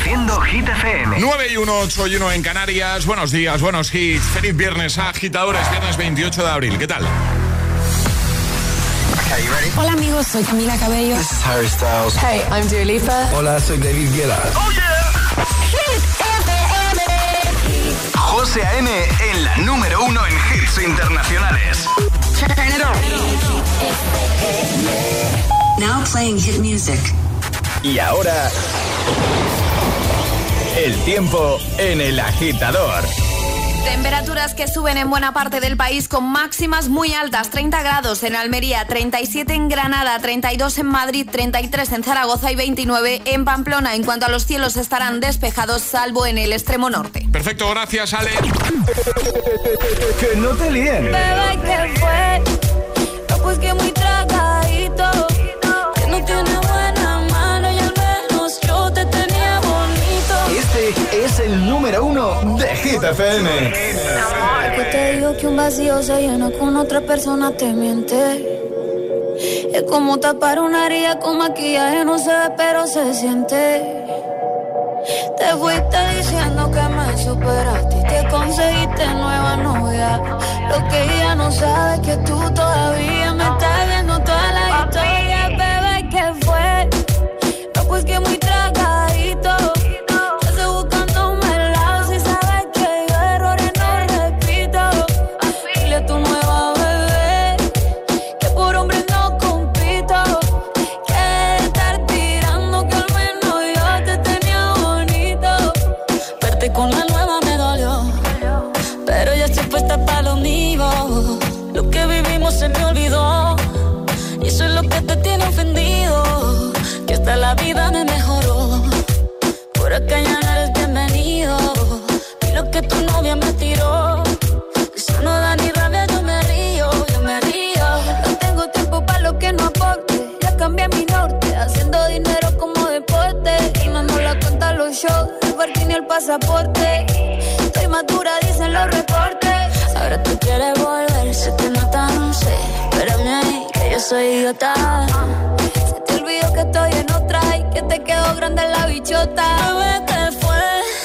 Haciendo Hit FM. 9-1, 8-1 en Canarias. Buenos días, buenos hits. Feliz viernes, agitadores. Viernes 28 de abril. ¿Qué tal? Okay, you ready? Hola amigos, soy Camila Cabello. This is Harry Styles. Hey, I'm Dua Lipa. Hola, soy David Guetta. ¡Oh, yeah! Hit FM. José A.M. en la número 1 en hits internacionales. Turn it on. Now playing hit music. Y ahora, el tiempo en El Agitador. Temperaturas que suben en buena parte del país con máximas muy altas. 30 grados en Almería, 37 en Granada, 32 en Madrid, 33 en Zaragoza y 29 en Pamplona. En cuanto a los cielos, estarán despejados salvo en el extremo norte. Perfecto, gracias, Ale. Que no te líen. Bebé, ¿qué fue? No, pues que muy tragadito, que no tiene buena mano y al menos yo te tenía bonito. Este es el número 1 de Hit FM. Que te digo que un vacío se llena con otra persona, te miente. Es como tapar una herida con maquillaje, no se ve pero se siente. Te fuiste diciendo que me superaste y te conseguiste nueva novia. Lo que ella no sabe es que tú todavía me estás viendo toda la historia. Bebé, ¿qué fue? No, pues que muy tragadito. Yo estoy buscándome el lado si sabes que yo errores no repito. Dile a tu nueva bebé que por hombre no compito. Que estar tirando que al menos yo te tenía bonito. Verte con la nueva me dolió, pero ya estoy puesta para lo mío. Lo que vivimos se me olvidó y eso es lo que te tiene ofendido. Que hasta la vida me mejoró. Por acá ya no eres bienvenido. Y lo que tu novia me tiró, eso no da ni rabia, yo me río, yo me río. No tengo tiempo para lo que no aporte. Ya cambié mi norte, haciendo dinero como deporte. Y no nos la cuentan los shows, el parking y el pasaporte. Estoy madura, dicen los reportes. Ahora tú quieres volver, se te nota, no sé. Espérame ahí, que yo soy idiota. Se te olvidó que estoy en otra y que te quedó grande la bichota. Bebé, ¿qué fue?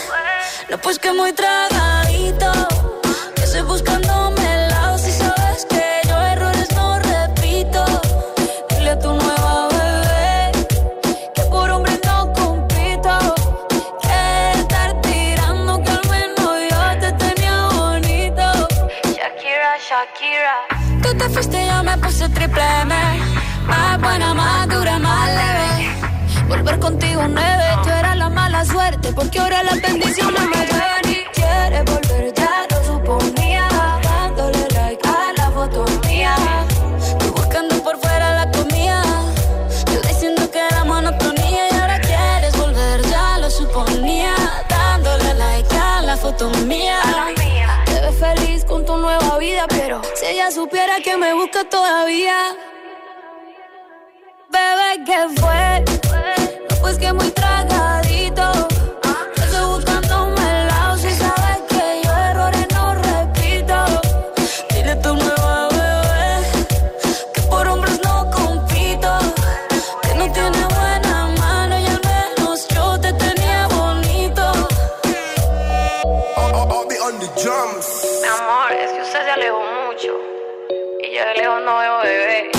No, pues que muy tragadito. Que estoy buscándome el lado si sabes que yo errores no repito. Dile a tu nueva bebé que por hombre no compito. Que estar tirando que al menos yo te tenía bonito. Shakira, Shakira. Tú te fuiste y yo me puse triple M. Más buena, más dura, más leve. Volver contigo nueve. Tú eras la mala suerte porque ahora las bendiciones me ven. Y quieres volver, ya lo suponía. Dándole like a la foto mía. Tú buscando por fuera la comida. Yo diciendo que era monotonía. Y ahora quieres volver, ya lo suponía. Dándole like a la foto mía. Te ves feliz con tu nueva vida, pero si ella supiera que me busca todavía. Bebé, ¿qué fue? No, pues que muy tragadito. Yo estoy buscándome el lado si sabes que yo errores no repito. Dile a tu nueva bebé que por hombres no compito. Que no tiene buena mano y al menos yo te tenía bonito. Mi amor, es que usted se alejó mucho y yo de lejos no veo bebé.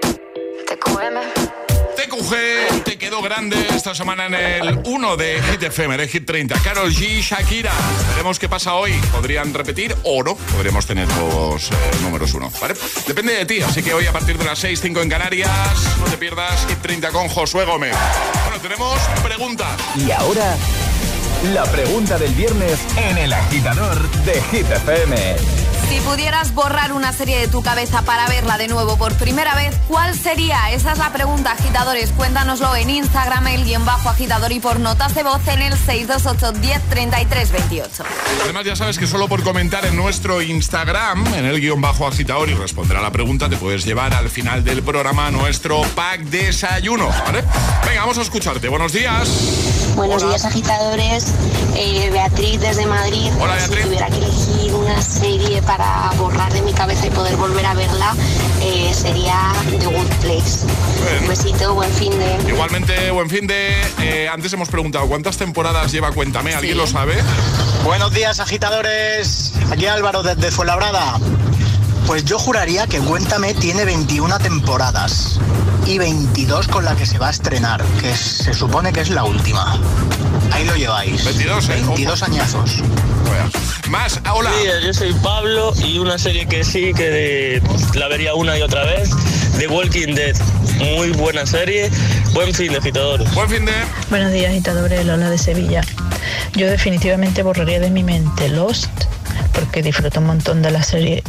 TQG te quedó grande esta semana en el 1 de Hit FM, de Hit 30. Karol G, Shakira. Veremos qué pasa hoy. Podrían repetir o no. Podremos tener los números 1, ¿vale? Depende de ti. Así que hoy a partir de las 6, 5 en Canarias, no te pierdas Hit 30 con Josué Gómez. Bueno, tenemos pregunta. Y ahora, la pregunta del viernes en El Agitador de Hit FM. Si pudieras borrar una serie de tu cabeza para verla de nuevo por primera vez, ¿cuál sería? Esa es la pregunta, agitadores. Cuéntanoslo en Instagram, _agitador, y por notas de voz en el 628 10 33 28. Además, ya sabes que solo por comentar en nuestro Instagram, en el _agitador, y responder a la pregunta, te puedes llevar al final del programa nuestro pack desayuno, ¿vale? Venga, vamos a escucharte. Buenos días. Buenos días, agitadores. Beatriz desde Madrid. Hola, Beatriz. Si tuviera que elegir una serie para borrar de mi cabeza y poder volver a verla, sería The Good Place. Un besito, buen fin de... Igualmente, buen fin de... antes hemos preguntado, ¿cuántas temporadas lleva Cuéntame? ¿Alguien lo sabe? Buenos días, agitadores. Aquí Álvaro desde Fuenlabrada. Pues yo juraría que Cuéntame tiene 21 temporadas y 22 con la que se va a estrenar, que se supone que es la última. Ahí lo lleváis. 22 añazos. Más, hola. Sí, yo soy Pablo y una serie que sí, que la vería una y otra vez, The Walking Dead. Muy buena serie. Buen fin de, agitadores. Buen fin de... Buenos días, agitadores. Lola de Sevilla. Yo definitivamente borraría de mi mente Lost, porque disfruto un montón de la serie.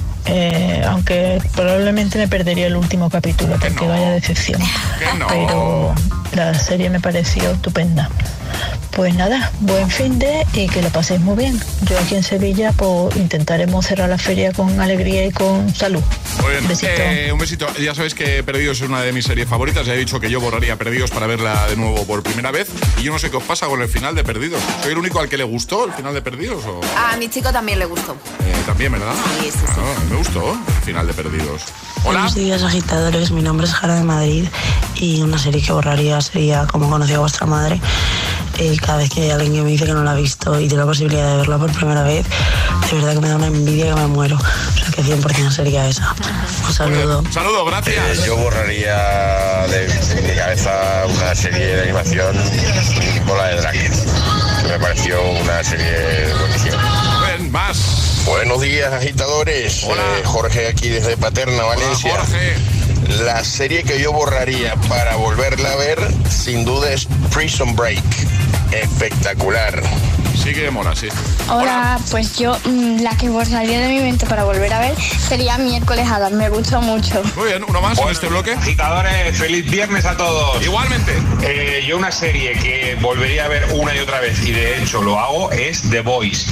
Aunque probablemente me perdería el último capítulo, porque vaya decepción. Pero la serie me pareció estupenda. Pues nada, buen fin de y que lo paséis muy bien. Yo aquí en Sevilla pues intentaremos cerrar la feria con alegría y con salud. Muy bien, besito. Un besito. Ya sabéis que Perdidos es una de mis series favoritas. Ya he dicho que yo borraría Perdidos para verla de nuevo por primera vez. Y yo no sé qué os pasa con el final de Perdidos. ¿Soy el único al que le gustó el final de Perdidos? ¿O? A mi chico también le gustó. También, ¿verdad? Sí. Me gustó el final de Perdidos. Hola. Buenos días, agitadores. Mi nombre es Jara de Madrid y una serie que borraría sería Cómo conocí a vuestra madre. Cada vez que hay alguien que me dice que no la ha visto y tiene la posibilidad de verla por primera vez, de verdad que me da una envidia que me muero. O sea que 100% sería esa. Un saludo. Un saludo, gracias. Yo borraría de mi cabeza una serie de animación, Bola de Drag, que me pareció una serie buenísima. Ven, más. Buenos días, agitadores. Jorge aquí desde Paterna, Valencia. Hola, Jorge. La serie que yo borraría para volverla a ver, sin duda, es Prison Break. Espectacular. Sí que mola, sí. Hola, pues yo la que borraría de mi mente para volver a ver sería Miércoles Adam. Me gustó mucho. Muy bien, uno más en este bloque. Agitadores, feliz viernes a todos. Igualmente. Yo una serie que volvería a ver una y otra vez, y de hecho lo hago, es The Boys.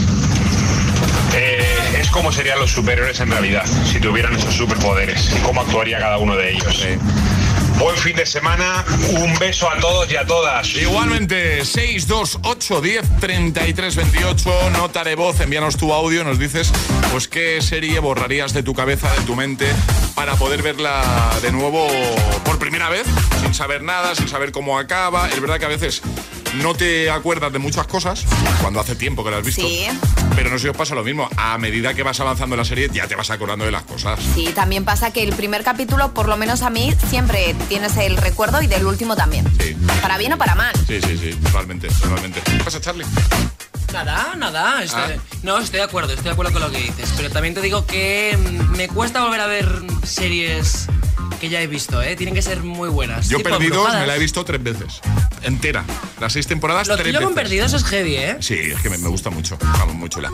Es como serían los superhéroes en realidad, si tuvieran esos superpoderes, y cómo actuaría cada uno de ellos. Buen fin de semana, un beso a todos y a todas. Igualmente, 628 10 33 28, nota de voz, envíanos tu audio, nos dices pues qué serie borrarías de tu cabeza, de tu mente, para poder verla de nuevo por primera vez, sin saber nada, sin saber cómo acaba. Es verdad que a veces no te acuerdas de muchas cosas cuando hace tiempo que la has visto. Sí. Pero no sé si os pasa lo mismo. A medida que vas avanzando en la serie, ya te vas acordando de las cosas. Sí, también pasa que el primer capítulo, por lo menos a mí, siempre tienes el recuerdo y del último también. Sí. Para bien o para mal. Sí, totalmente. ¿Qué pasa, Charlie? Nada. No, estoy de acuerdo con lo que dices. Pero también te digo que me cuesta volver a ver series que ya he visto, Tienen que ser muy buenas. Yo Perdidos Embrujadas. me la he visto 3 veces. Entera. Las 6 temporadas, 3 veces. Lo tuyo con Perdidos es heavy, Sí, es que me gusta mucho. Vamos, muy chula.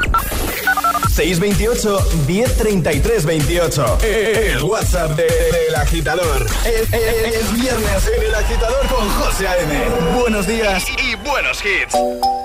628 1033 28. El WhatsApp del agitador. Es viernes en el agitador con José A.M. Buenos días y buenos hits.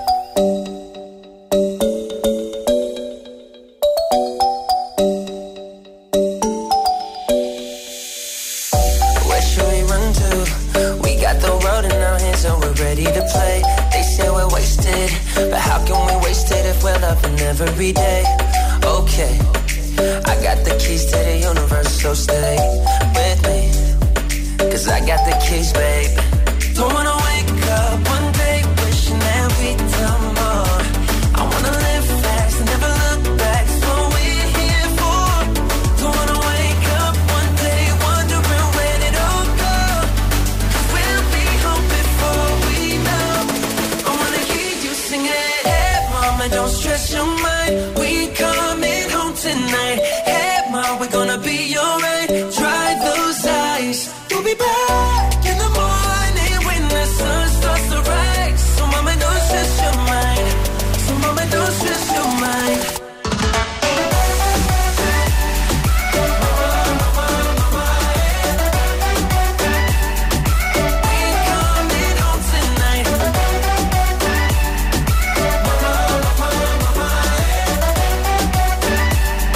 Ready to play. They say we're wasted, but how can we waste it if we're loving every day? Okay, I got the keys to the universe, so stay with me, 'cause I got the keys, babe. Don't wanna wake up one day wishing that we'd done more. I wanna live fast and never look back, that's what we're here for. Don't wanna wake up one day wondering where it all go. We'll be home before we know. I wanna hear you singing it. Hey mama, don't stress your mind, we coming home tonight. Hey mama, we're gonna be alright. Dry those eyes, we'll be back in the morning when the sun starts to rise. So mama, don't stress your mind. So mama, don't stress your mind.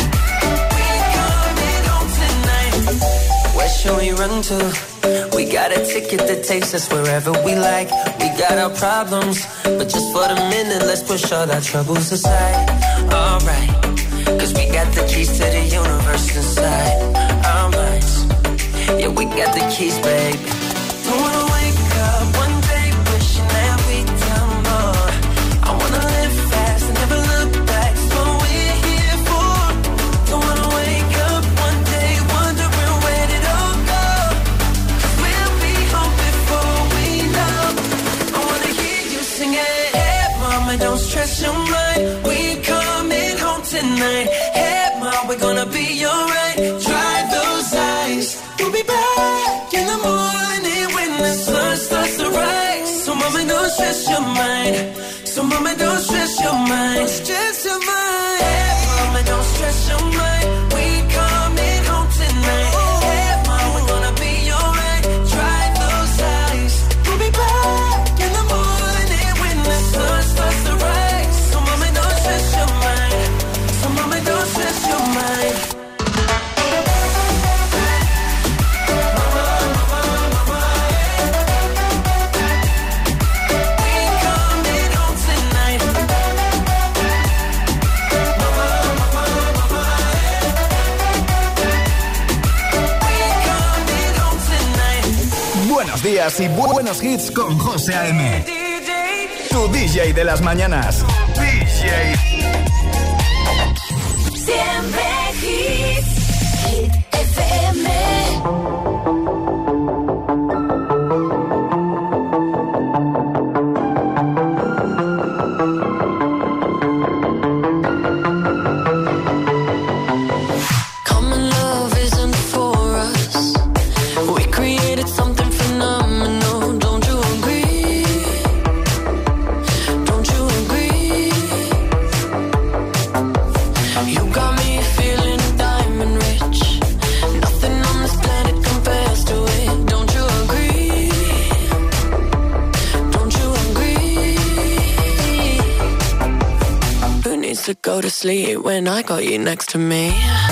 Should we run to? We gotta a ticket that takes us wherever we like. We got our problems, but just for the minute, let's push all our troubles aside. Alright, cause we got the keys to the universe inside our minds. Yeah, we got the keys, babe. Don't wanna wake up one day wishing that we'd done more. I wanna live fast and never look back. So we're here for. Don't wanna wake up one day wondering where did it all go. Cause we'll be home before we know. I wanna hear you sing it. Hey mama, don't stress your mind. We're coming home tonight. Hey mama, we're gonna be alright. Dry those eyes. We'll be back in the morning when the sun starts to rise. So mama, don't stress your mind. So mama, don't stress your mind. Stress your mind. Hey mama, don't stress your mind. We coming home tonight. Hey mama, we're gonna be alright. Dry those eyes. We'll be back in the morning when the sun starts to rise. So mama, don't stress your mind. So mama, don't stress your mind. Buenos días y buenos hits con José A.M. Tu DJ de las mañanas. DJ. Siempre hits. Hit FM. To go to sleep when I got you next to me.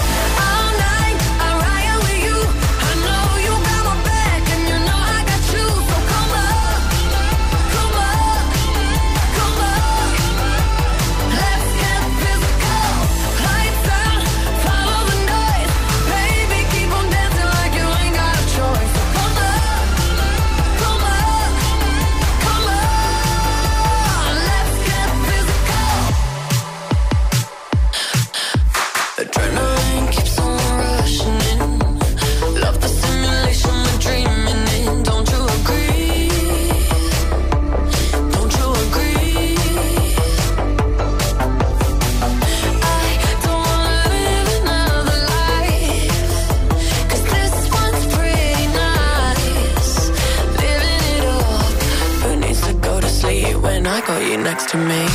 Next to me.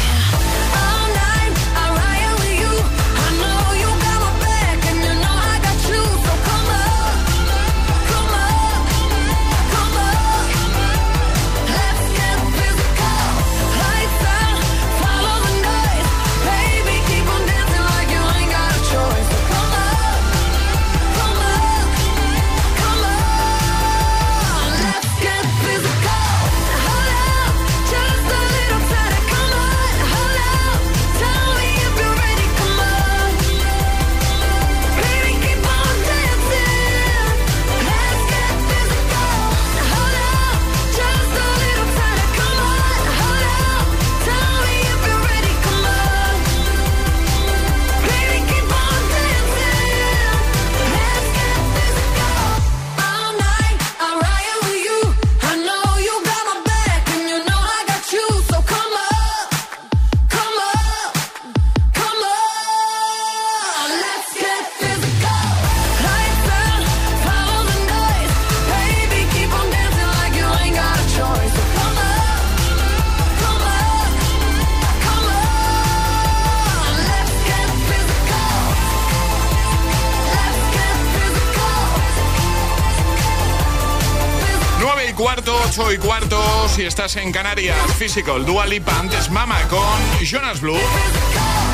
cuarto, 8 y cuarto, si estás en Canarias. Physical, Dua Lipa, antes Mama con Jonas Blue.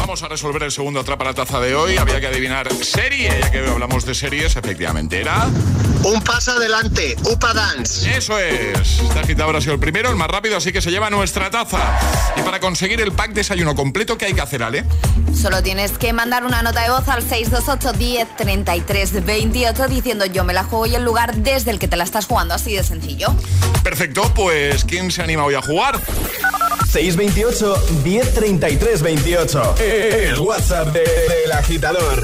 Vamos a resolver el segundo Atrapa la Taza de hoy. Había que adivinar serie, ya que hoy hablamos de series, efectivamente. Era... Un paso adelante, Upa Dance. Eso es. Este agitador ha sido el primero, el más rápido, así que se lleva nuestra taza. Y para conseguir el pack desayuno completo, ¿qué hay que hacer, Ale? Solo tienes que mandar una nota de voz al 628 10 33 28 diciendo yo me la juego y el lugar desde el que te la estás jugando, así de sencillo. Perfecto, pues ¿quién se anima hoy a jugar? 628 10 33 28. El WhatsApp del agitador.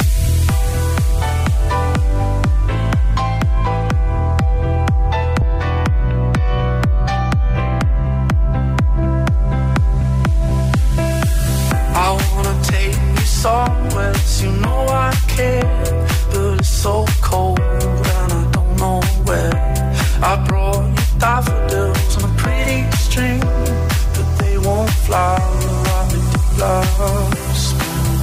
Somewhere, you know I care, but it's so cold and I don't know where. I brought you daffodils on a pretty string, but they won't fly like they did last spring.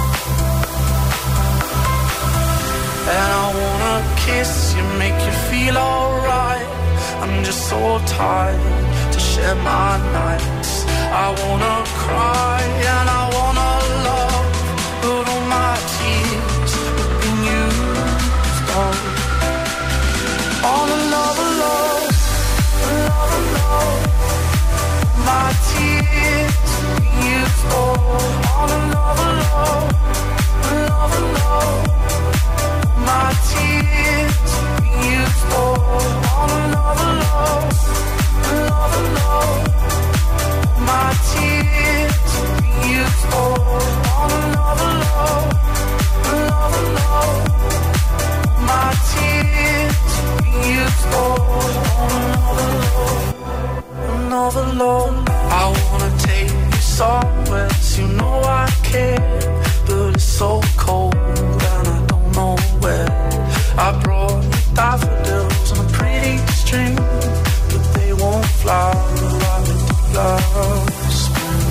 And I wanna kiss you, make you feel alright. I'm just so tired to share my nights. I wanna cry and I wanna love, but all my tears have been used all on another love, another love. My tears have been used all on another love, another love. My tears have been used all on another love, another love. My tears have been used all on another love, another love. My tears have been used all on another love, another love. I wanna take you somewhere, you know I care, but it's so cold and I don't know where. I brought you daffodils on a pretty string, but they won't fly like they did last spring.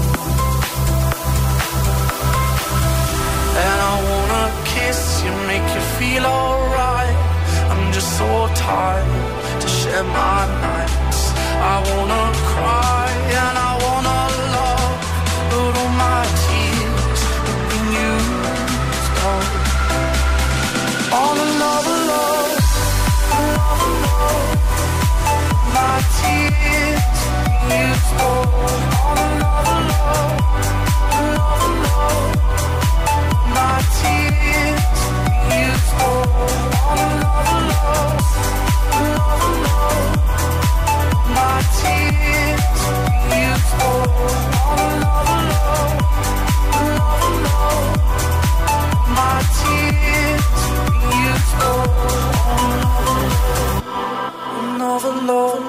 And I wanna kiss you, make you feel alright. I'm just so tired to share my nights. I wanna cry and I wanna love, but all my tears have been used on another love, another love. My tears have been used on another love, another love. My tears have been used on another love, another love. My tears have been used on another love, another love. My tears have been used on another love.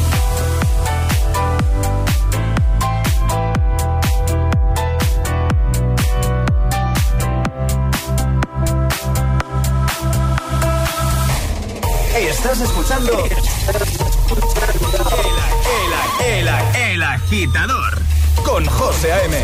Estás escuchando El Agitador con José A.M.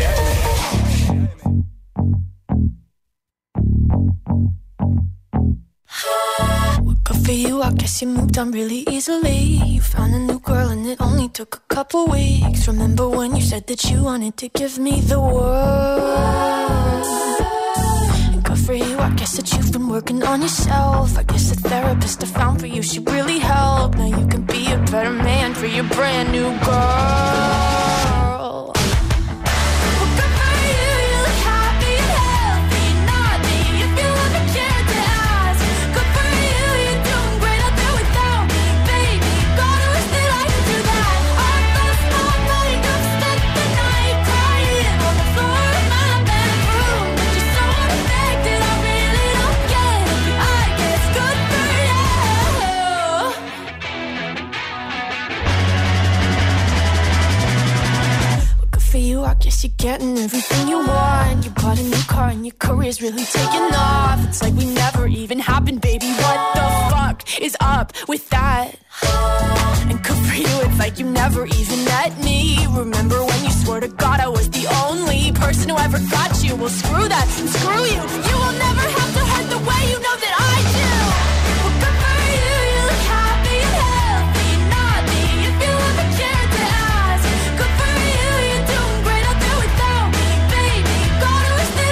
Good for you, I guess you moved on really easily. You found a new girl and it only took a couple weeks. Remember when you said that you wanted to give me the world? Good for you, I guess that you've been working on yourself. I guess the therapist I found for you, she really helped. Now you can be a better man for your brand new girl. I guess you're getting everything you want. You bought a new car and your career's really taking off. It's like we never even happened, baby. What the fuck is up with that? And good for you, it's like you never even met me. Remember when you swore to God I was the only person who ever got you? Well, screw that and screw you. You will never have to hurt the way you know that I do. Well, good for you, you look happy and healthy. Not me, if you ever cared to ask. Good for you, you're doing great out there without me, baby. God, I wish that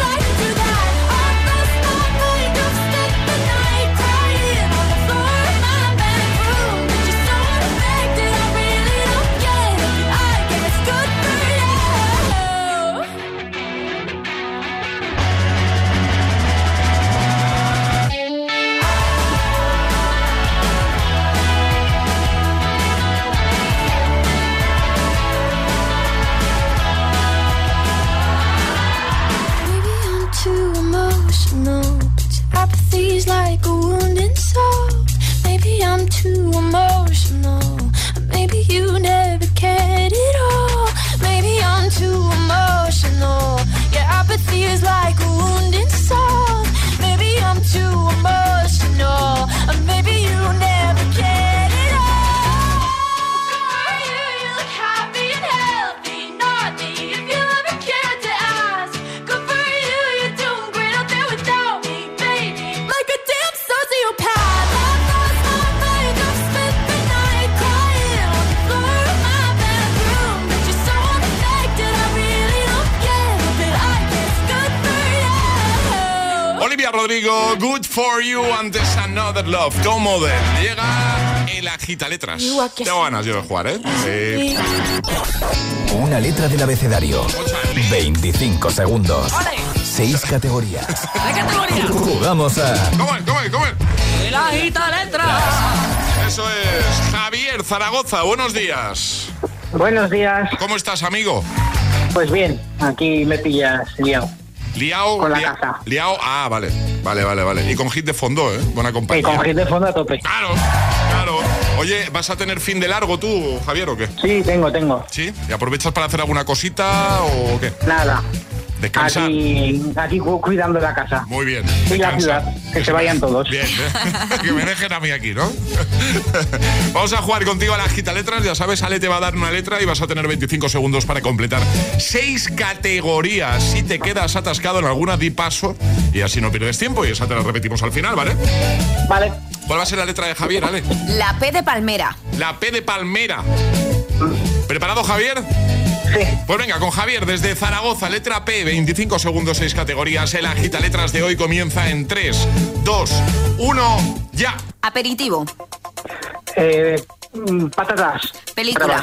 Rodrigo, Good For You, antes Another Love, Tom Model. Llega el Agitaletras. Tengo ganas yo de jugar, ¿eh? Una letra del abecedario. 25 segundos. 6 categorías. ¿Qué categoría? Jugamos a... ¿Cómo es? El Agitaletras. Eso es. Javier, Zaragoza, buenos días. Buenos días. ¿Cómo estás, amigo? Pues bien, aquí me pillas liado. ¿Liao? Con la casa. ¿Liao? Ah, vale. Y con hit de fondo, ¿eh? Buena compañía. Y con hit de fondo a tope. Claro. Oye, ¿vas a tener fin de largo tú, Javier, o qué? Sí, tengo. ¿Sí? ¿Y aprovechas para hacer alguna cosita o qué? Nada. Descansar. Aquí cuidando la casa. Muy bien. Y la ciudad, que se vayan todos. Bien, que me dejen a mí aquí, ¿no? Vamos a jugar contigo a las Agitaletras. Ya sabes, Ale te va a dar una letra y vas a tener 25 segundos para completar 6 categorías. Si te quedas atascado en alguna, di paso y así no pierdes tiempo y esa te la repetimos al final, ¿vale? Vale. ¿Cuál va a ser la letra de Javier, Ale? La P de Palmera. La P de Palmera. ¿Preparado, Javier? Sí. Pues venga, con Javier desde Zaragoza, letra P, 25 segundos, 6 categorías. El Agitaletras de hoy comienza en 3, 2, 1, ya. Aperitivo. Patatas. Película.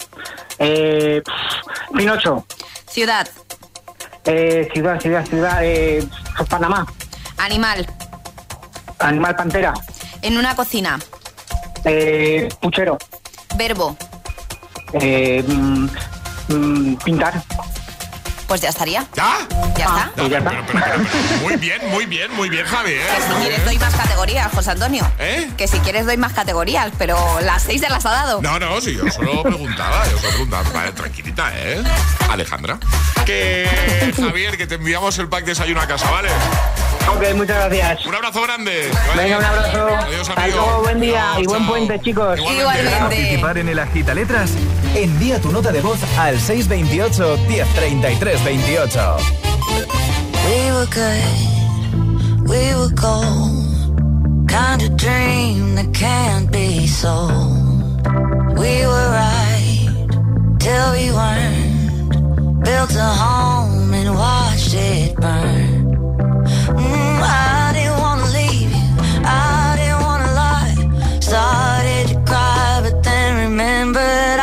Pinocho. Ciudad. Ciudad. Panamá. Animal. Animal, pantera. En una cocina. Puchero. Verbo. Pintar. Pues ya estaría. ¿Ya? ¿Ya está? Ya está. Pero, muy bien, Javier. Que si quieres doy más categorías, José Antonio. Que si quieres doy más categorías, pero las 6 ya las ha dado. No, sí, yo solo preguntaba. Vale, tranquilita, Alejandra. Que Javier, que te enviamos el pack de desayuno a casa, ¿vale? Ok, muchas gracias. Un abrazo grande. Venga, un abrazo. Adiós, hasta amigo. luego, buen día. Chao, y buen puente, chicos. Igualmente. ¿Para participar en el Agitaletras? Envía tu nota de voz al 628 1033 28. We were good, we were gold, kind of dream that can't be sold. We were right till we weren't, built a home and watched it burn. I didn't wanna leave you, I didn't wanna lie, started to cry but then remembered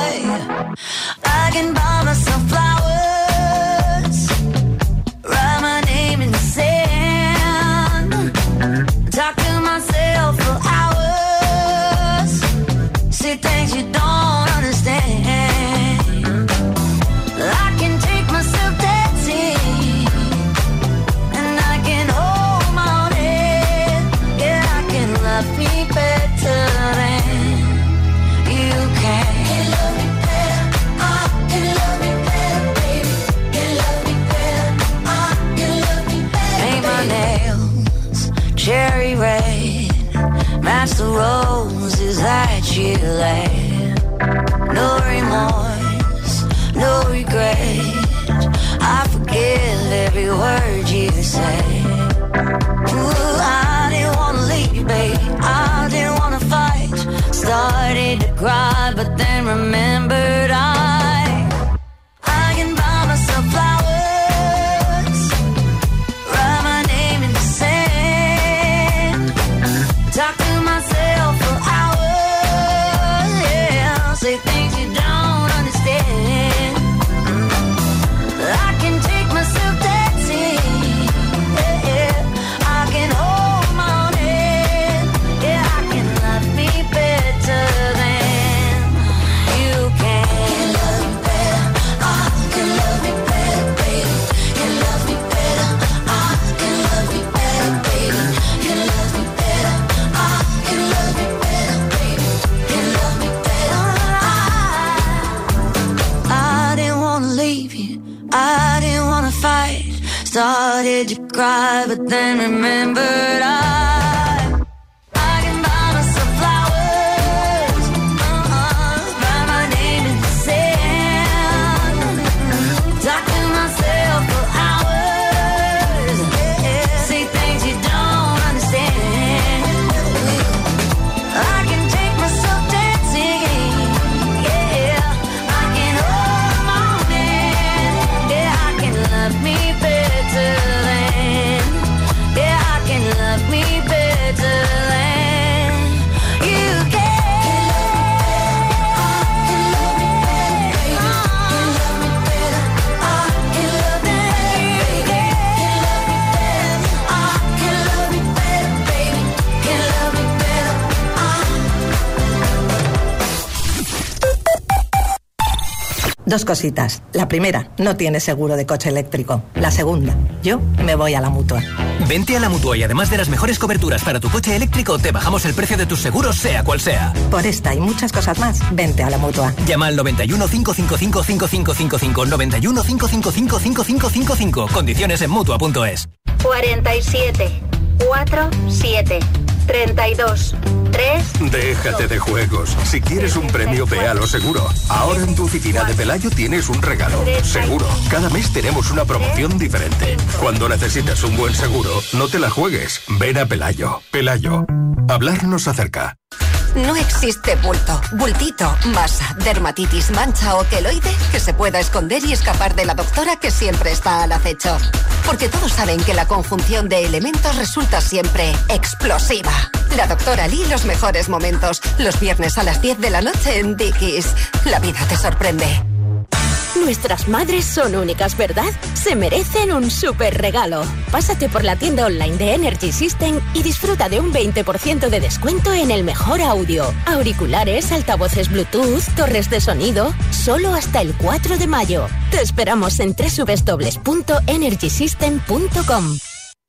I can buy myself flowers, write my name in the sand, talk to myself for hours, see things you don't understand. I can take myself dancing, and I can hold my own head. Yeah, I can love me better than you can. Cherry red, match the roses that you laid. No remorse, no regret, I forgive every word you say. Ooh, I didn't wanna leave, babe, I didn't wanna fight. Started to cry, but then remembered I can buy myself flowers. Talk to myself for hours, yeah. Say things you don't understand. I can take myself dancing, yeah. I can hold my own head, yeah. I can love me better than you can. Can love me better, I can love me better, baby. Can love me better, I can love me better, baby. Can love me better. I didn't wanna fight, started to cry, but then remembered I can buy myself flowers, write my name in the sand, talk to myself for hours, yeah. Say things you don't understand. I can take myself dancing, yeah. I can hold my own hand, yeah. I can love me better than, yeah. 2 cositas. La primera, no tienes seguro de coche eléctrico. La segunda, yo me voy a la Mutua. Vente a la Mutua y además de las mejores coberturas para tu coche eléctrico, te bajamos el precio de tus seguros, sea cual sea. Por esta y muchas cosas más, vente a la Mutua. Llama al 91 555 5555, 91 555 5555. Condiciones en Mutua.es. 47 47 32 3. Déjate de juegos. Si quieres un premio, ve a Lo Seguro. Ahora en tu oficina de Pelayo tienes un regalo. Seguro. Cada mes tenemos una promoción diferente. Cuando necesitas un buen seguro, no te la juegues. Ven a Pelayo. Pelayo. Hablar nos acerca. No existe bulto, bultito, masa, dermatitis, mancha o queloide que se pueda esconder y escapar de la doctora que siempre está al acecho. Porque todos saben que la conjunción de elementos resulta siempre explosiva. La doctora Lee, los mejores momentos. Los viernes a las 10 de la noche en Dickies. La vida te sorprende. Nuestras madres son únicas, ¿verdad? Se merecen un súper regalo. Pásate por la tienda online de Energy System y disfruta de un 20% de descuento en el mejor audio. Auriculares, altavoces Bluetooth, torres de sonido, solo hasta el 4 de mayo. Te esperamos en www.energysystem.com.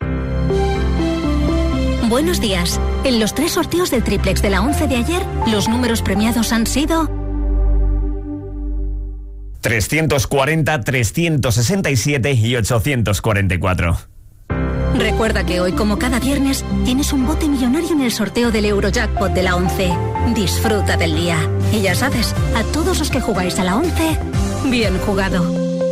Buenos días. En los 3 sorteos del triplex de la 11 de ayer, los números premiados han sido 340, 367 y 844. Recuerda que hoy, como cada viernes, tienes un bote millonario en el sorteo del Eurojackpot de la 11. Disfruta del día. Y ya sabes, a todos los que jugáis a la 11, bien jugado.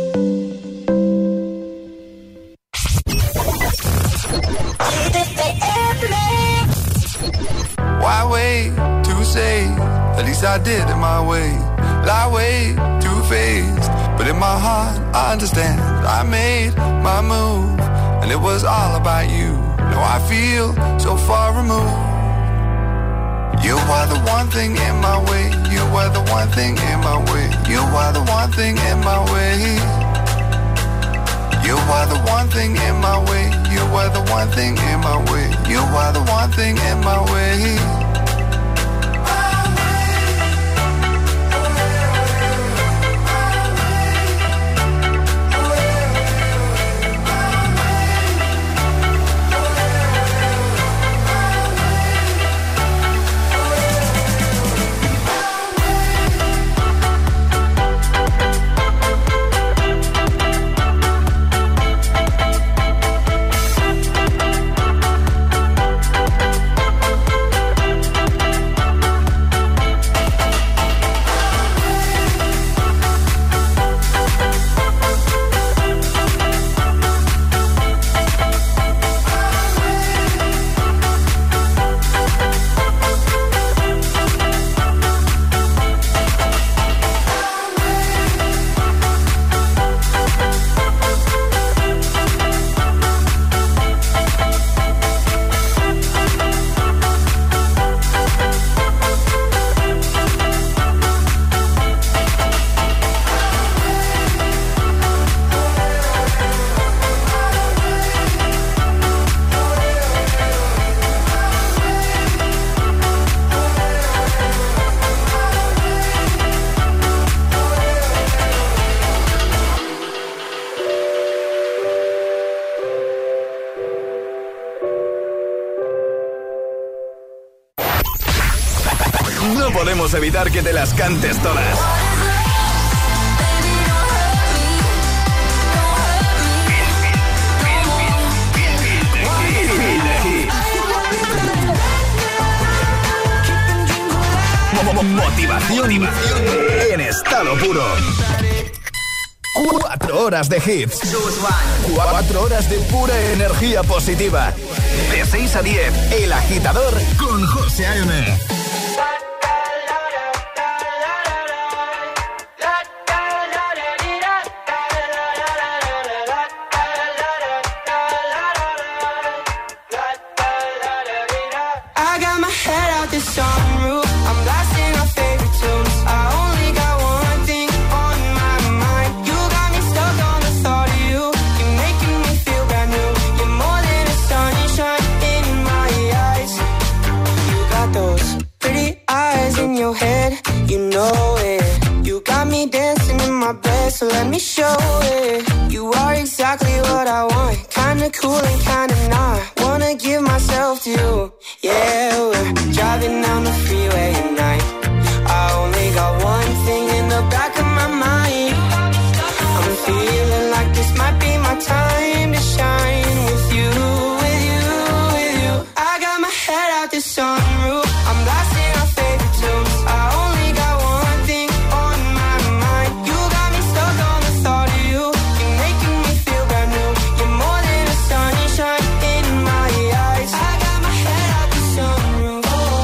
Why wait to say, at least I did it my way. Lie way too faced, but in my heart I understand. I made my move, and it was all about you. Now I feel so far removed. You are the one thing in my way. You are the one thing in my way. You are the one thing in my way. You are the one thing in my way. You are the one thing in my way. You are the one thing in my way. No podemos evitar que te las cantes todas. Motivación en estado puro. 4 horas de hits. 4 horas de pura energía positiva. De 6 a 10, El Agitador con José A.M. me show it. You are exactly what I want. Kinda cool and kinda not. Wanna give myself to you. Yeah, we're driving down the freeway at night. I only got one thing in the back of my mind. I'm feeling like this might be my time to shine with you, with you, with you. I got my head out the sunroof. I'm blasting our favorite tunes. I only got one thing on my mind. You got me stuck on the thought of you. You're making me feel brand new. You're more than a sunshine in my eyes. I got my head out the sunroof.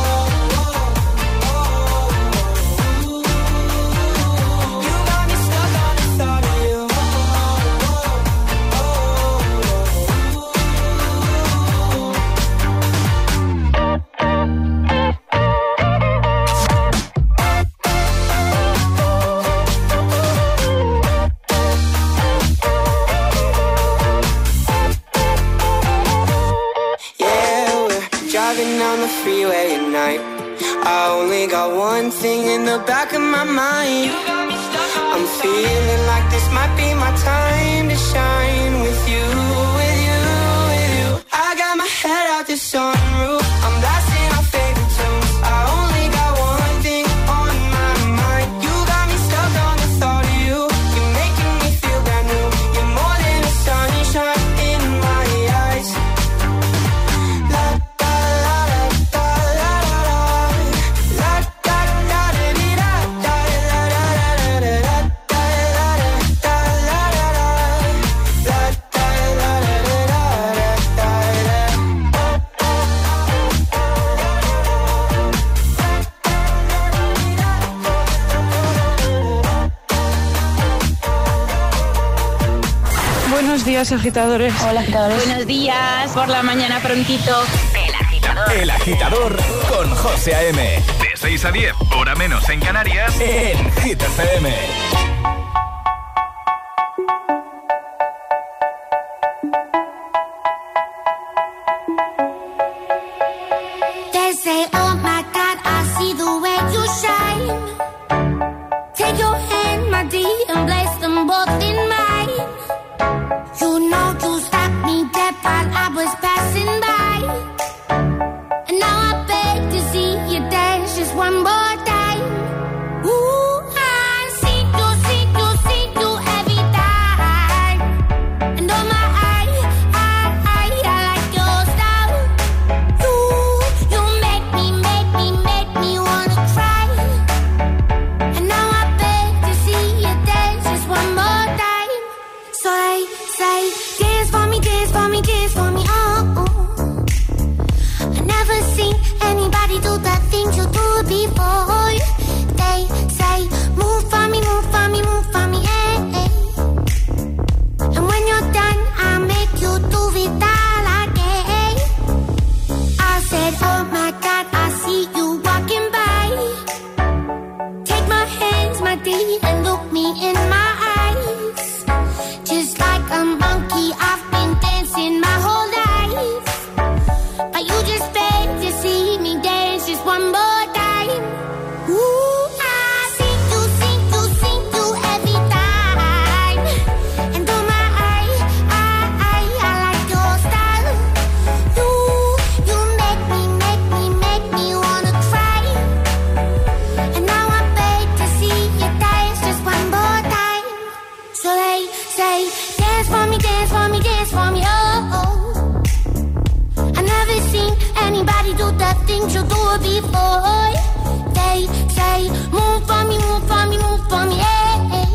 You got me stuck on the thought of you. Driving down the freeway at night. I only got one thing in the back of my mind. I'm feeling like this might be my time to shine with you, with you, with you. I got my head out the sunroof. I'm blasting our favorite tunes. I only got one thing on my mind. You got me stuck on the thought of you. You're making me feel brand new. You're more than a sunshine in my eyes. Buenos días, agitadores. Hola, agitadores. Buenos días, por la mañana prontito. El Agitador. El Agitador con José A.M. De 6 a 10, hora menos en Canarias, en Hit FM. They say, oh my God, I see the way you shine. Take your hand, my dear, and place them both in mine. You know you stopped me dead while I was passing by. And now I beg to see you dance just one more time. Ooh, I see you, see you, see you every time. And oh my, I like your style. You make me wanna cry. And now I beg to see you dance just one more time. So they say, dance for me, dance for me, dance for me, oh, oh. I never seen anybody do the things you do before. They say, move for me, move for me, move for me, eh, eh. And when you're done, I'll make you do it all again. I said, oh my God, I see you walking by. Take my hands, my dear, and look me in my eyes. Just like a monkey, I've been dancing my whole life. But you just beg to see me dance just one more time. Ooh, I see you, see you, see you every time. And oh my, I like your style. You make me wanna cry. And now I beg to see you dance just one more time. So they say, dance for me, dance for me, dance for me, oh, oh. I never seen anybody do the things you do before. They say, move for me, move for me, move for me, eh, eh.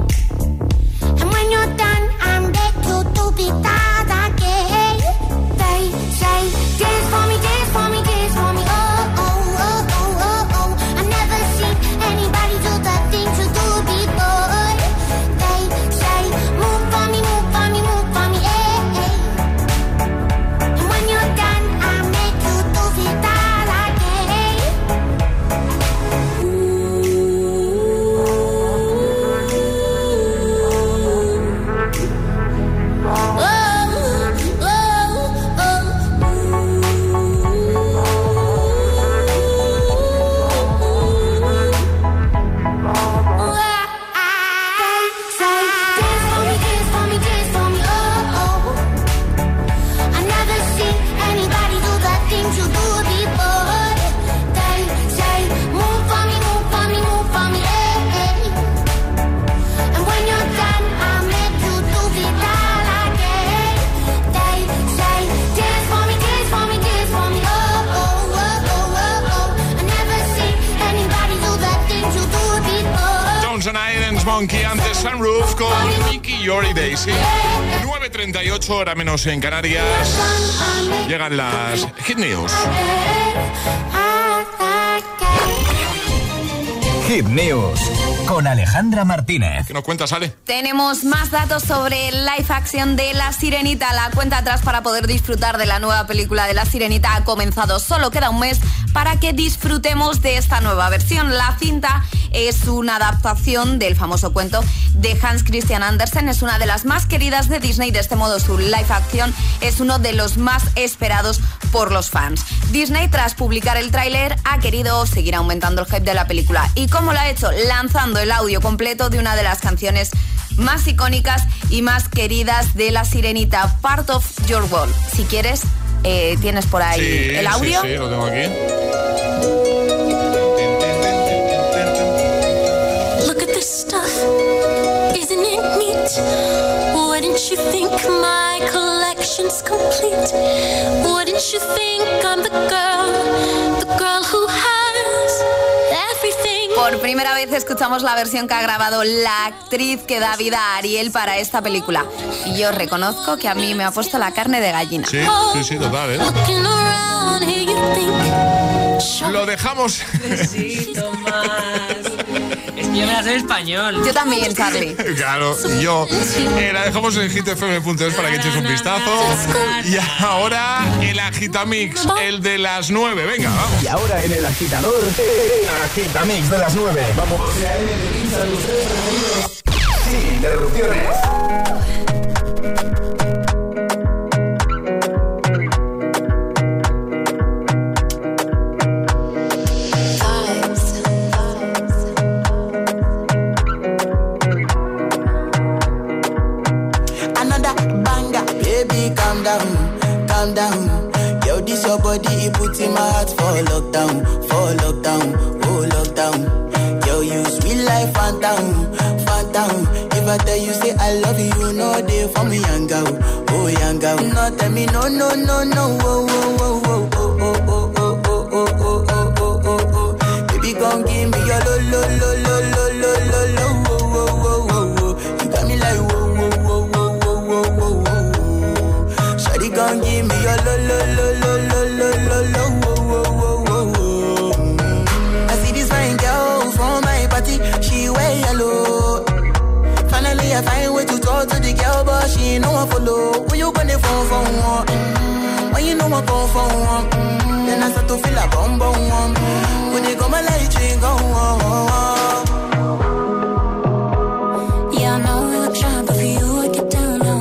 And when you're done, I'm back to do it all again. They say, dance for me, dance for me, dance for me, oh, oh, oh, oh, oh, oh. I never seen anybody do the things you do before. They say, move for me, move for me, move for me, eh, eh. And when you're done, I'll make you do it all again. Ooh. Monkey, antes Sunroof con Mickey, Yori, Daisy. 9:38, hora menos en Canarias. Llegan las Hit News. Hit News con Alejandra Martínez. ¿Qué nos cuentas, Ale? Tenemos más datos sobre el live action de La Sirenita. La cuenta atrás para poder disfrutar de la nueva película de La Sirenita ha comenzado. Solo queda un mes para que disfrutemos de esta nueva versión. La cinta es una adaptación del famoso cuento de Hans Christian Andersen. Es una de las más queridas de Disney. De este modo, su live action es uno de los más esperados por los fans. Disney, tras publicar el tráiler, ha querido seguir aumentando el hype de la película. ¿Y cómo lo ha hecho? Lanzando el audio completo de una de las canciones más icónicas y más queridas de La Sirenita, Part of Your World. Si quieres, tienes por ahí el audio. Sí, lo tengo aquí. Look at this stuff, isn't it neat? Wouldn't you think my collection's complete? Wouldn't you think I'm the girl who has everything? Por primera vez escuchamos la versión que ha grabado la actriz que da vida a Ariel para esta película. Y yo reconozco que a mí me ha puesto la carne de gallina. Sí, total, ¿eh? Lo dejamos. Besito más. Es que yo me la sé en español. Yo también, Charlie. Claro, yo. La dejamos en hitfm.es para que eches un vistazo. Y ahora el Agitamix, el de las 9. Venga, vamos. Y ahora en el agitador, el Agitamix de las 9. Vamos. Sin interrupciones. Calm down, yo, this your body, it puts in my heart for lockdown, oh lockdown. Yo, you sweet life, phantom. If I tell you say I love you, you know they for me, young girl. No, tell me no, oh. Baby, gon' give me your lo. You got me like whoa. Gon' give me your lo. I see this fine girl from my party, she wear yellow. Finally I find way to talk to the girl, but she ain't no one follow. When you gonna phone for one? When you know I phone for one? Then I start to feel a bum. When they go my light ring go on. Yeah, I know we look shy, but for you I get down low.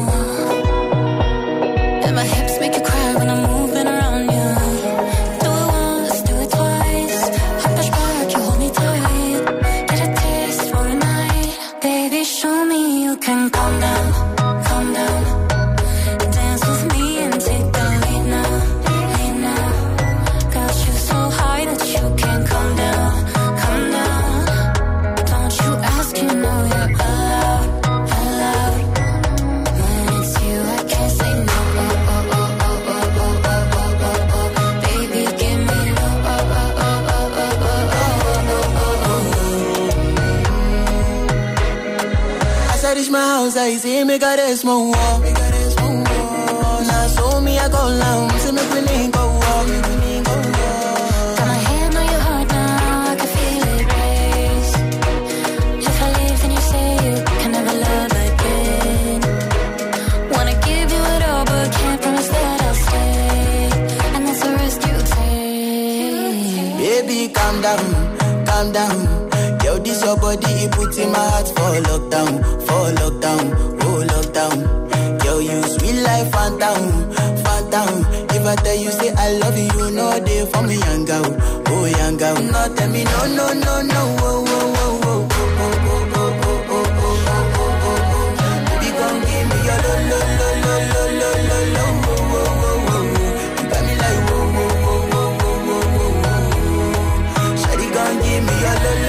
My hips make you cry when I'm moving around you. Do it once, do it twice. I push back, you hold me tight. Get a taste for a night. Baby, show me you can calm down. Dance with me and take the lead now. Got you so high that you can't come down. Don't you ask, you know you're allowed. When it's you, I can't say no. I reach my house, I see me got a small wall. Now so me I go down, see me willing go walk. Got my hand on your heart now, I can feel it race. If I leave then you say you can never love again. Wanna give you it all but can't promise that I'll stay. And that's the risk you take. Baby, calm down. Yo, this your body, it puts in my heart for lockdown. Oh lockdown. Yo, you sweet life, phantom. If I tell you say I love you, you know they for me, young girl. No, tell me no, oh. Baby, gon' give me your lo. You got me like whoa. Shawty gon' give me your lo.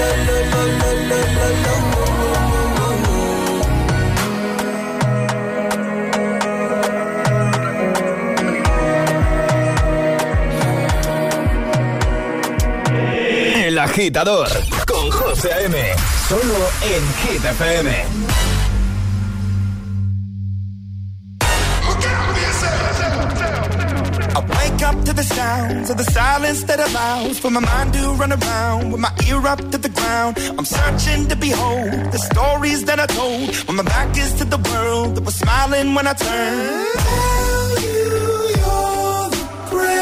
El Agitador con José José A.M. Solo en Hit FM. I wake up to the sounds of the silence that allows for my mind to run around with my ear up to the ground. I'm searching to behold the stories that I told when my back is to the world that was smiling when I turned. Tell you you're the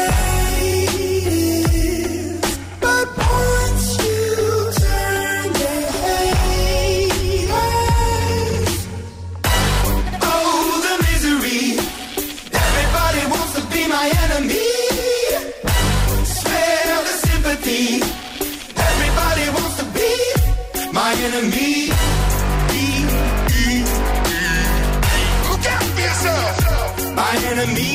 greatest, but once you turn they hate us. Oh, the misery. Everybody wants to be my enemy. Smell the sympathy. Everybody wants to be my enemy. Look out for yourself. My enemy.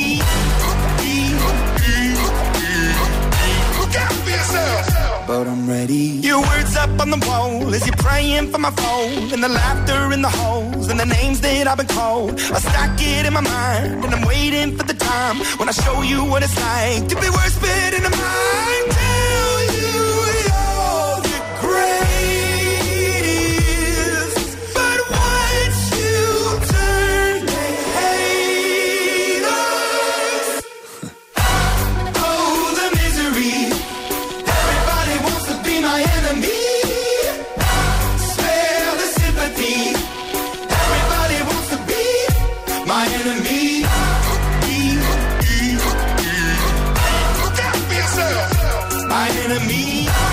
Look out for yourself. But I'm ready. Your words up on the wall as you're praying for my phone, and the laughter in the holes and the names that I've been called. I stack it in my mind and I'm waiting for the time when I show you what it's like to be worse fit in the mind. Tell you you're the greatest, but once you turn they hate us. Oh, the misery. Everybody wants to be my enemy. Spare the sympathy. Everybody wants to be my enemy. Look out for yourself. My enemy.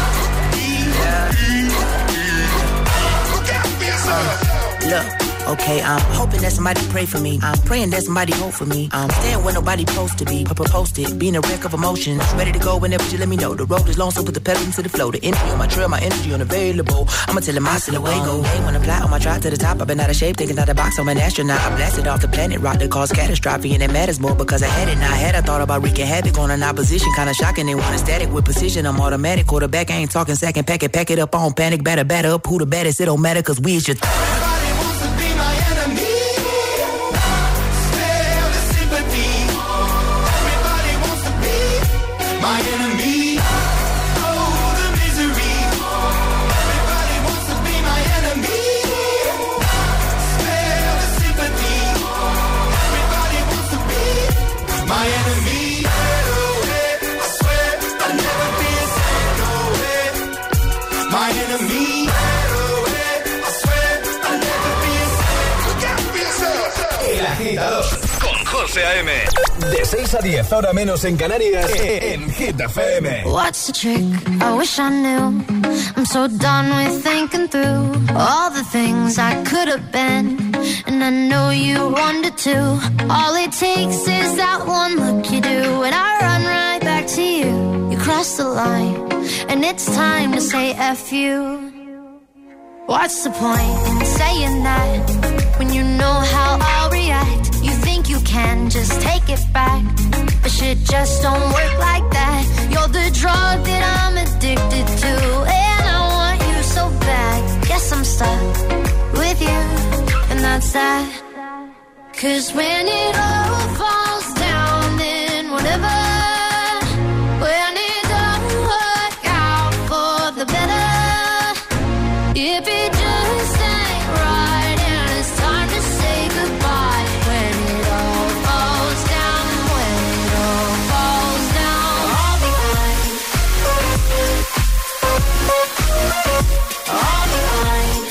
Look out for yourself. Look, okay, I'm hoping that somebody pray for me. I'm praying that somebody hope for me. I'm staying where nobody supposed to be. Posted, being a wreck of emotions. Ready to go whenever you let me know. The road is long, so put the pedal into the flow. The energy on my trail, my energy unavailable. I'ma tell him my silhouette go. Hey, when I fly on my drive to the top, I've been out of shape, thinking out the box. I'm an astronaut. I blasted off the planet, rock that caused catastrophe, and it matters more because I had it. Now I had, I thought about wreaking havoc on an opposition, kinda shocking. They want a static with precision. I'm automatic, quarterback. I ain't talking second, pack it up on panic, batter up. Who the baddest? It don't matter, cause we is your. Everybody wants to be my enemy. Spare the sympathy. Everybody wants to be my enemy. Oh, the misery. Everybody wants to be my enemy. Spare the sympathy. Everybody wants to be my enemy. I swear I'll never be a sad way. My enemy. El Agitador con José A.M. De 6 a 10, ahora menos en Canarias, en Hit FM. What's the trick? I wish I knew. I'm so done with thinking through all the things I could have been, and I know you wanted to. All it takes is that one look you do, and I run right back to you. You cross the line, and it's time to say F you. What's the point in saying that when you know how I'll react? You think you can just take it back, but shit just don't work like that. You're the drug that I'm addicted to, and I want you so bad. Guess I'm stuck with you, and that's that. 'Cause when it all falls down, then whatever. When it don't work out for the better. If it just ain't right and it's time to say goodbye. When it all falls down, when it all falls down, I'll be fine. I'll be fine.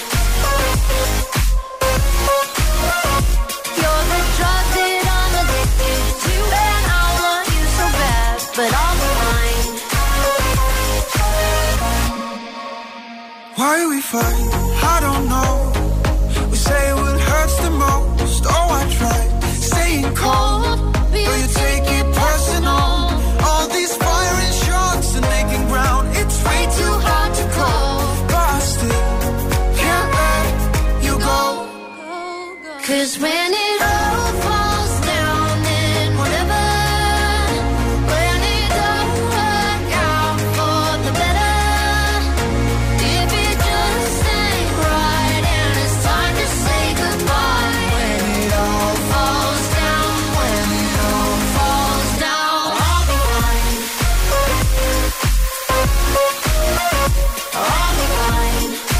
You're the drug that I'm addicted to, and I want you so bad, but I'll be fine. Why we fight? I don't know. We say what hurts the most. Oh, I tried staying cold, but you take it personal. All these firing shots and making ground. It's way too hard to call, but I still can't let you go. 'Cause when it all falls down, then whatever. When it don't work out for the better. If it just ain't right and it's time to say goodbye. When it all falls down, when it all falls down, I'll be fine. I'll be fine.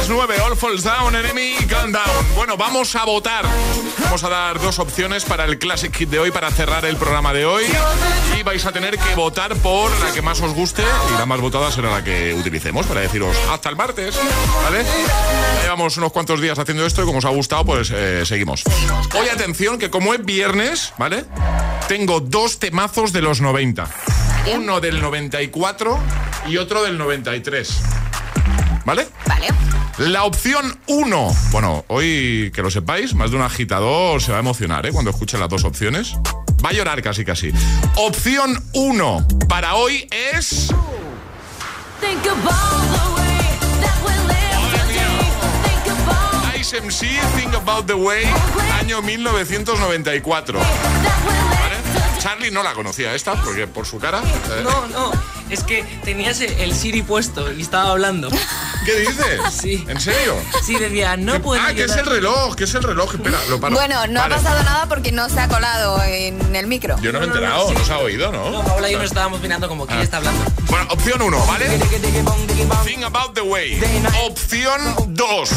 las 9, All Falls Down, Enemy, Countdown. Bueno, vamos a votar. Vamos a dar 2 opciones para el Classic Hit de hoy, para cerrar el programa de hoy. Y vais a tener que votar por la que más os guste, y la más votada será la que utilicemos para deciros hasta el martes, ¿vale? Ya llevamos unos cuantos días haciendo esto y como os ha gustado, pues seguimos. Hoy atención, que como es viernes, ¿vale? Tengo 2 temazos de los 90. Uno del 94 y otro del 93. ¿Vale? Vale. La opción 1. Bueno, hoy, que lo sepáis, más de un agitador se va a emocionar, cuando escuche las 2 opciones. Va a llorar casi. Opción 1 para hoy es... Ice MC, Think About the Way, año 1994. ¿Vale? Charlie no la conocía esta, porque por su cara... No, es que tenías el Siri puesto y estaba hablando. ¿Qué dices? Sí. ¿En serio? Sí, decía, no puedo... que es el reloj, Espera, lo paro. Bueno, no ha pasado nada porque no se ha colado en el micro. Yo no me he enterado, no se ha oído, ¿no? No, Paula y yo nos estábamos mirando como quién está hablando. Bueno, opción 1, ¿vale? Think About the Way. Opción 2.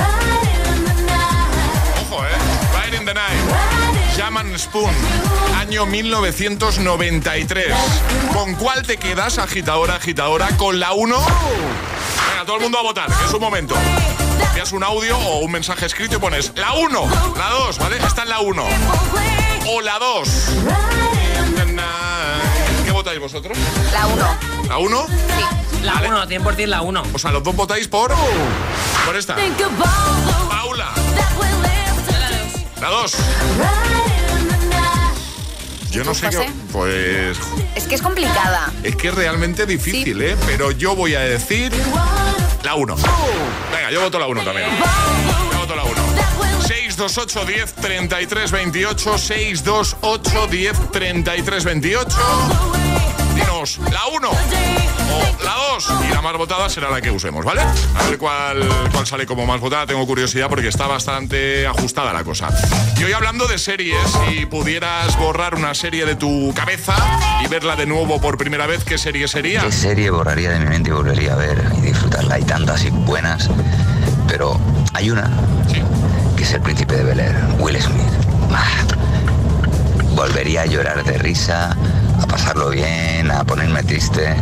Ojo, Ride in the Night. Jam and Spoon, año 1993. ¿Con cuál te quedas, agitadora? ¿Con la 1? Venga, todo el mundo a votar, que es un momento. Envías un audio o un mensaje escrito y pones la 1, la 2, ¿vale? Esta es la 1. O la 2. ¿Qué votáis vosotros? La 1. ¿La 1? Sí. La 1, 100% la 1. O sea, los dos votáis por esta. Paula. La 2. Yo no sé qué... Pues... Es que es complicada. Es que es realmente difícil, sí. Pero yo voy a decir la 1. Venga, yo voto la 1 también. Yo voto la 1. 628 10 33 28. 628 10 33 28. Dinos la 1 o la 2 y la más votada será la que usemos, ¿vale? A ver cuál sale como más votada. Tengo curiosidad porque está bastante ajustada la cosa. Y hoy hablando de series, si pudieras borrar una serie de tu cabeza y verla de nuevo por primera vez, ¿qué serie sería? ¿Qué serie borraría de mi mente y volvería a ver y disfrutarla? Hay tantas y buenas, pero hay una que es El Príncipe de Bel-Air, Will Smith. Volvería a llorar de risa, a pasarlo bien, a ponerme triste.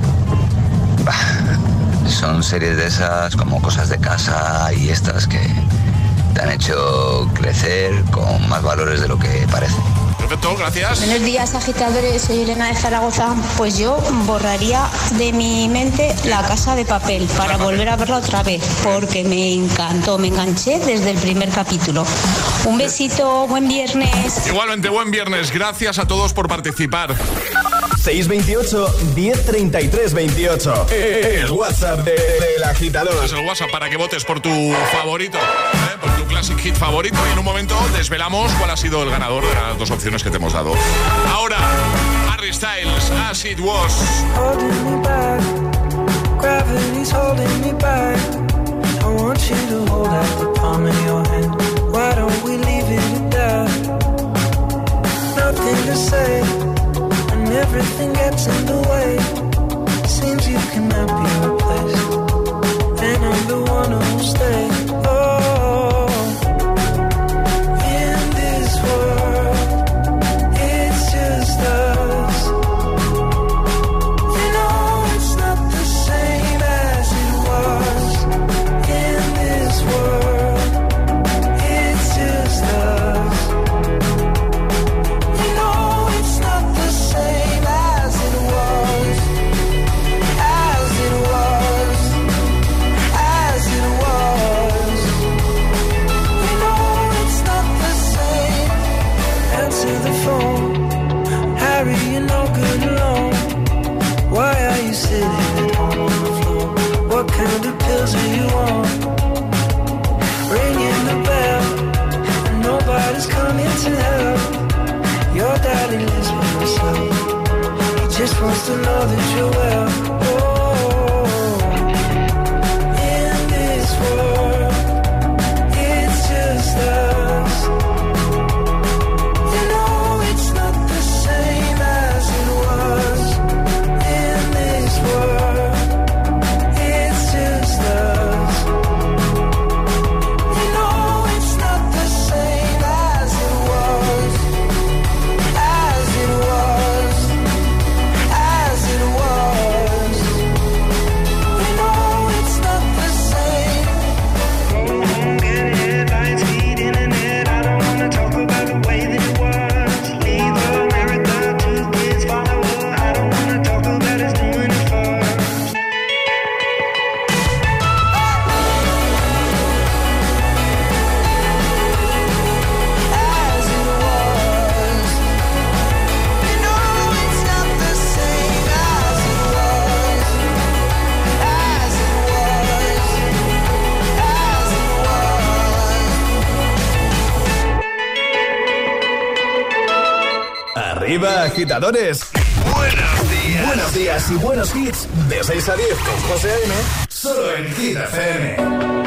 Son series de esas como Cosas de Casa y estas que te han hecho crecer con más valores de lo que parece. Perfecto, gracias. Buenos días, agitadores. Soy Elena de Zaragoza. Pues yo borraría de mi mente La Casa de Papel para volver a verla otra vez, porque me encantó, me enganché desde el primer capítulo. Un besito, buen viernes. Igualmente, buen viernes. Gracias a todos por participar. 628 1033 28. El WhatsApp del agitador. Es el WhatsApp para que votes por tu favorito, por tu Classic Hit favorito. Y en un momento desvelamos cuál ha sido el ganador de las 2 opciones que te hemos dado. Ahora, Harry Styles, As It Was. Holding me back, gravity's holding me back. I want you to hold out the palm of your hand. Why don't we leave it at that? Nothing to say, and everything gets in the way. Seems you cannot be replaced, and I'm the one who'll stay. Oh, in this world, it's just us. You know it's not the same as it was. In this world, it's just us. You know it's not the same as it was. As it was. As it was. You know it's not the same. Answer the phone. Harry, you're no good alone. Why are you sitting at home on the floor? What kind of pills are you on? Ringing the bell, and nobody's coming to help. Your daddy lives by himself. He just wants to know that you're well. Oh, in this world, it's just us. You know it's not the same as it was. In this world, it's just us. Arriba, agitadores. Buenos días. Buenos días y buenos hits. De 6 a 10 con José A.M. Solo en Hit FM.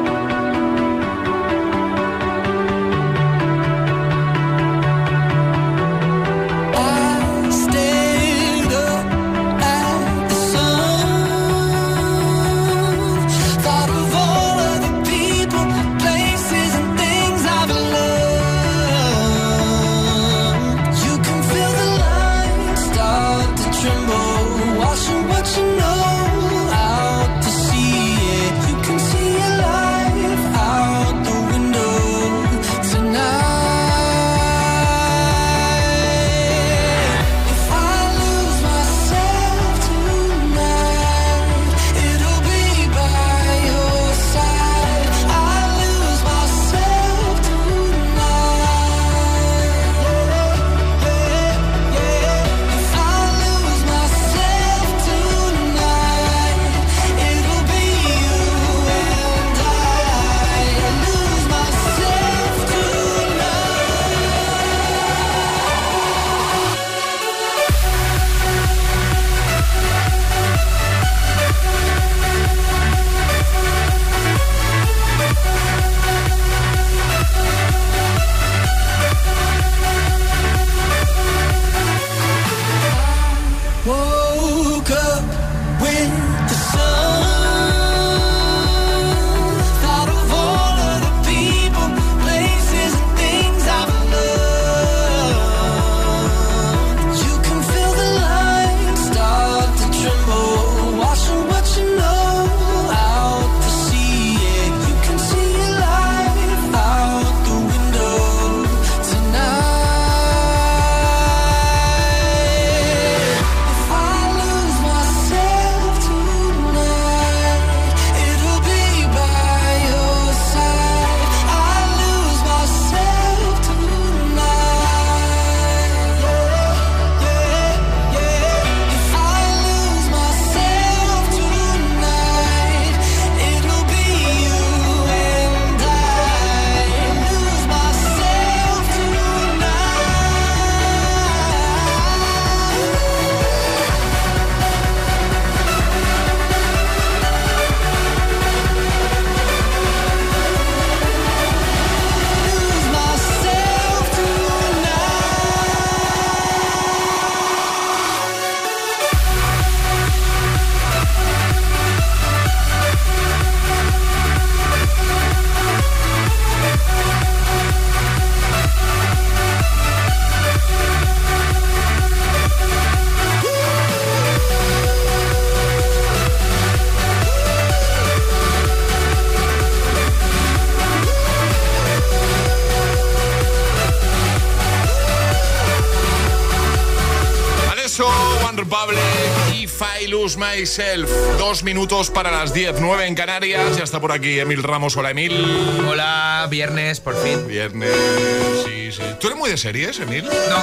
If I Lose Myself. 2 minutos para las 10, 9 en Canarias. Ya está por aquí Emil Ramos. Hola, Emil. Hola, viernes, por fin. Viernes, sí. ¿Tú eres muy de series, Emil? No.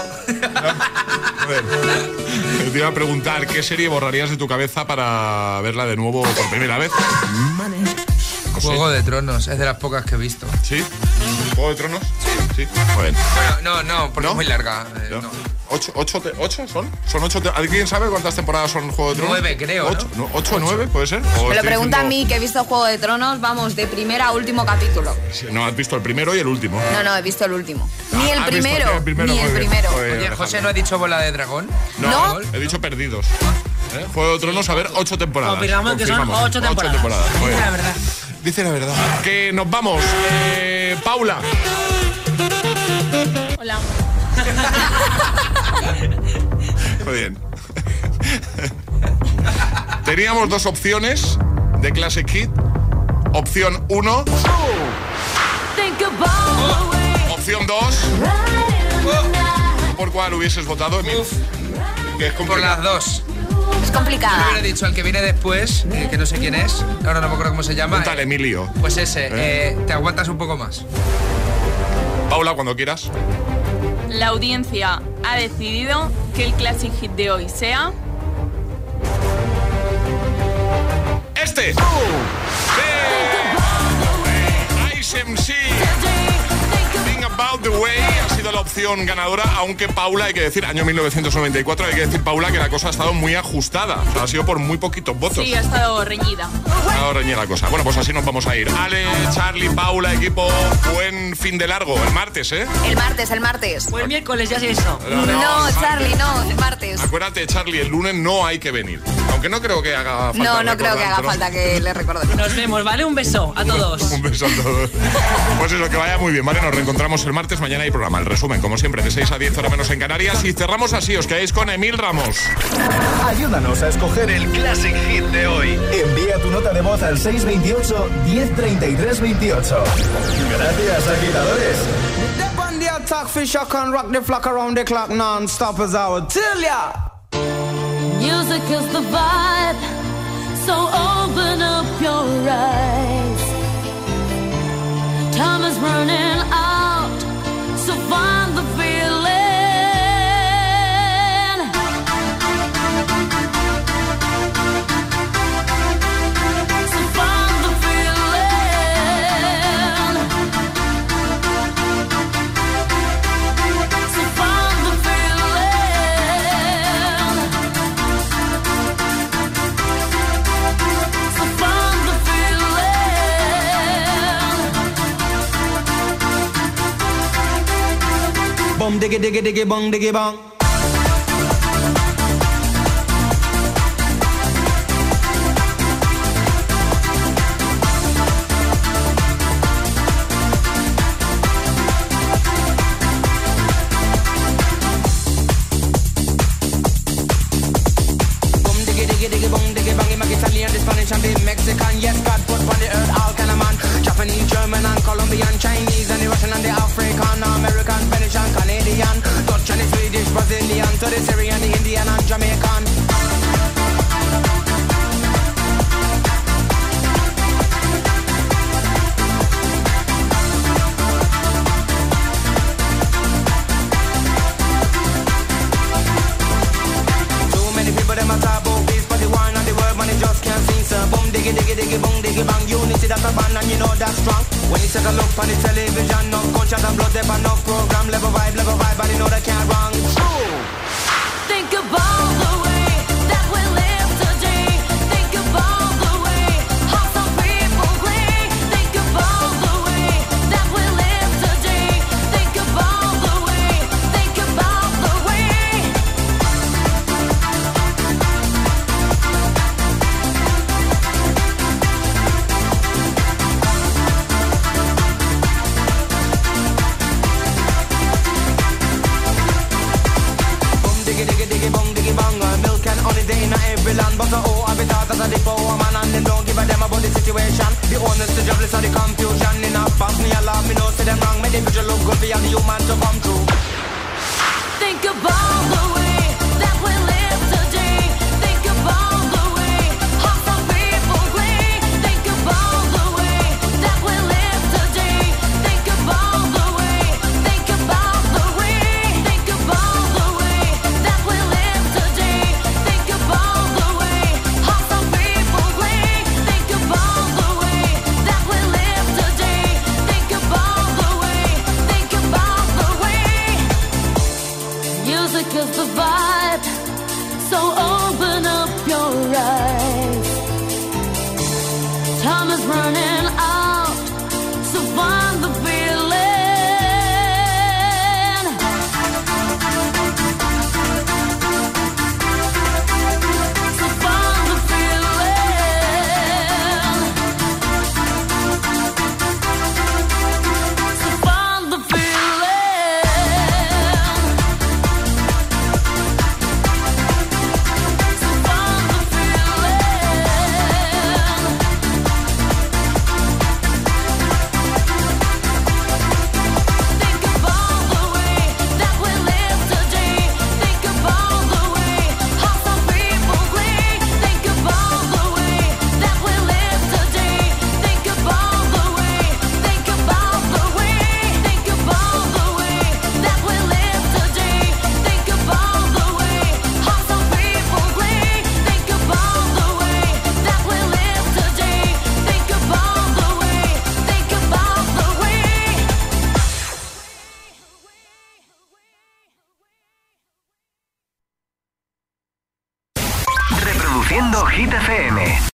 A ver, te iba a preguntar, ¿qué serie borrarías de tu cabeza para verla de nuevo por primera vez? Juego de Tronos, es de las pocas que he visto. ¿Sí? ¿Juego de Tronos? Sí. Bueno, no, porque es muy larga. No. ¿8 son? ¿Son 8? ¿Alguien sabe cuántas temporadas son Juego de Tronos? 9, creo. 8 o 9, ¿puede ser? Me lo pregunta a mí, que he visto Juego de Tronos, vamos, de primera a último capítulo. Sí, no, has visto el primero y el último. No, he visto el último. Ni el primero. Ni el primero. Oye, José, ¿no ha dicho Bola de Dragón? No, he dicho Perdidos. Juego de Tronos, a ver, 8 temporadas. Confirmamos que son 8 temporadas. Dice la verdad. Dice la verdad. Que nos vamos. Paula. Hola. Muy bien. Teníamos 2 opciones de Classic Hit. Opción 1. Opción 2. ¿Por cuál hubieses votado, Emil? Que es por las 2. Es complicada. Yo hubiera dicho al que viene después, que no sé quién es, ahora no me acuerdo cómo se llama. Tal Emilio. Pues ese, te aguantas un poco más. Paula, cuando quieras. La audiencia ha decidido que el Classic Hit de hoy sea... ¡Este! Ice MC. Think About the Way ha sido la opción ganadora, aunque Paula, hay que decir, año 1994, hay que decir, Paula, que la cosa ha estado muy ajustada. O sea, ha sido por muy poquitos votos. Sí, ha estado reñida. Ha estado reñida la cosa. Bueno, pues así nos vamos a ir. Ale, Charlie, Paula, equipo, buen fin de largo. El martes, ¿eh? El martes. O el miércoles, ya sé eso. No, Charlie, no, el martes. Acuérdate, Charlie, el lunes no hay que venir. Aunque no creo que haga falta. No creo que haga falta que le recordemos. Nos vemos, ¿vale? Un beso a todos. Un beso a todos. Pues eso, que vaya muy bien, ¿vale? Nos reencontramos el martes, mañana hay programa. El resumen, como siempre, de 6 a 10 horas menos en Canarias. Y cerramos así, os quedáis con Emil Ramos. Ayúdanos a escoger el Classic Hit de hoy. Envía tu nota de voz al 628 1033 28. Gracias, agitadores. Step on the attack, fish, I can rock the flock around the clock non-stop as I would tell ya. Music is the vibe, so open up your eyes. Time is running out, so find the feeling. So find the feeling. So find the feeling. So find the feeling. Bum diggy diggy diggy bong diggy bong. Italian, the Spanish and the Mexican. Yes, God put on the earth all kind of man. Japanese, German and Colombian, Chinese and the Russian and the African, American, Spanish and Canadian, Dutch and the Swedish, Brazilian, to the Syrian, the Indian and Jamaican. Too many people them a talk about peace, but the war and the world, man, it just can't sing. So boom diggy diggy diggy boom diggy bang. Unity that's a band and you know that's strong. When you take a look on the television, no culture and blood, there no program, level vibe, but you know they can't wrong. True. Think about the way that we live today. Think about the way how some people play. Think about the way that we live today. Think about the way. Think about the way. Diggy bong diggy bong, milk and honey day in every land. But oh, I be thought as a depot man, and them don't give a damn about the situation. The owners, the jobless, or the confusion. In a pass me alarm, me know say them wrong. Make the picture look good for the human to come true. Think about the way that we live today. Think about the way how some people play. Think about the way that we live today. Think about the way. Think about the way. Think about the way that we live today. Think about the way how some people play. Think about the way that we live today. Think about the way. Think about the way. Reproduciendo Hit FM.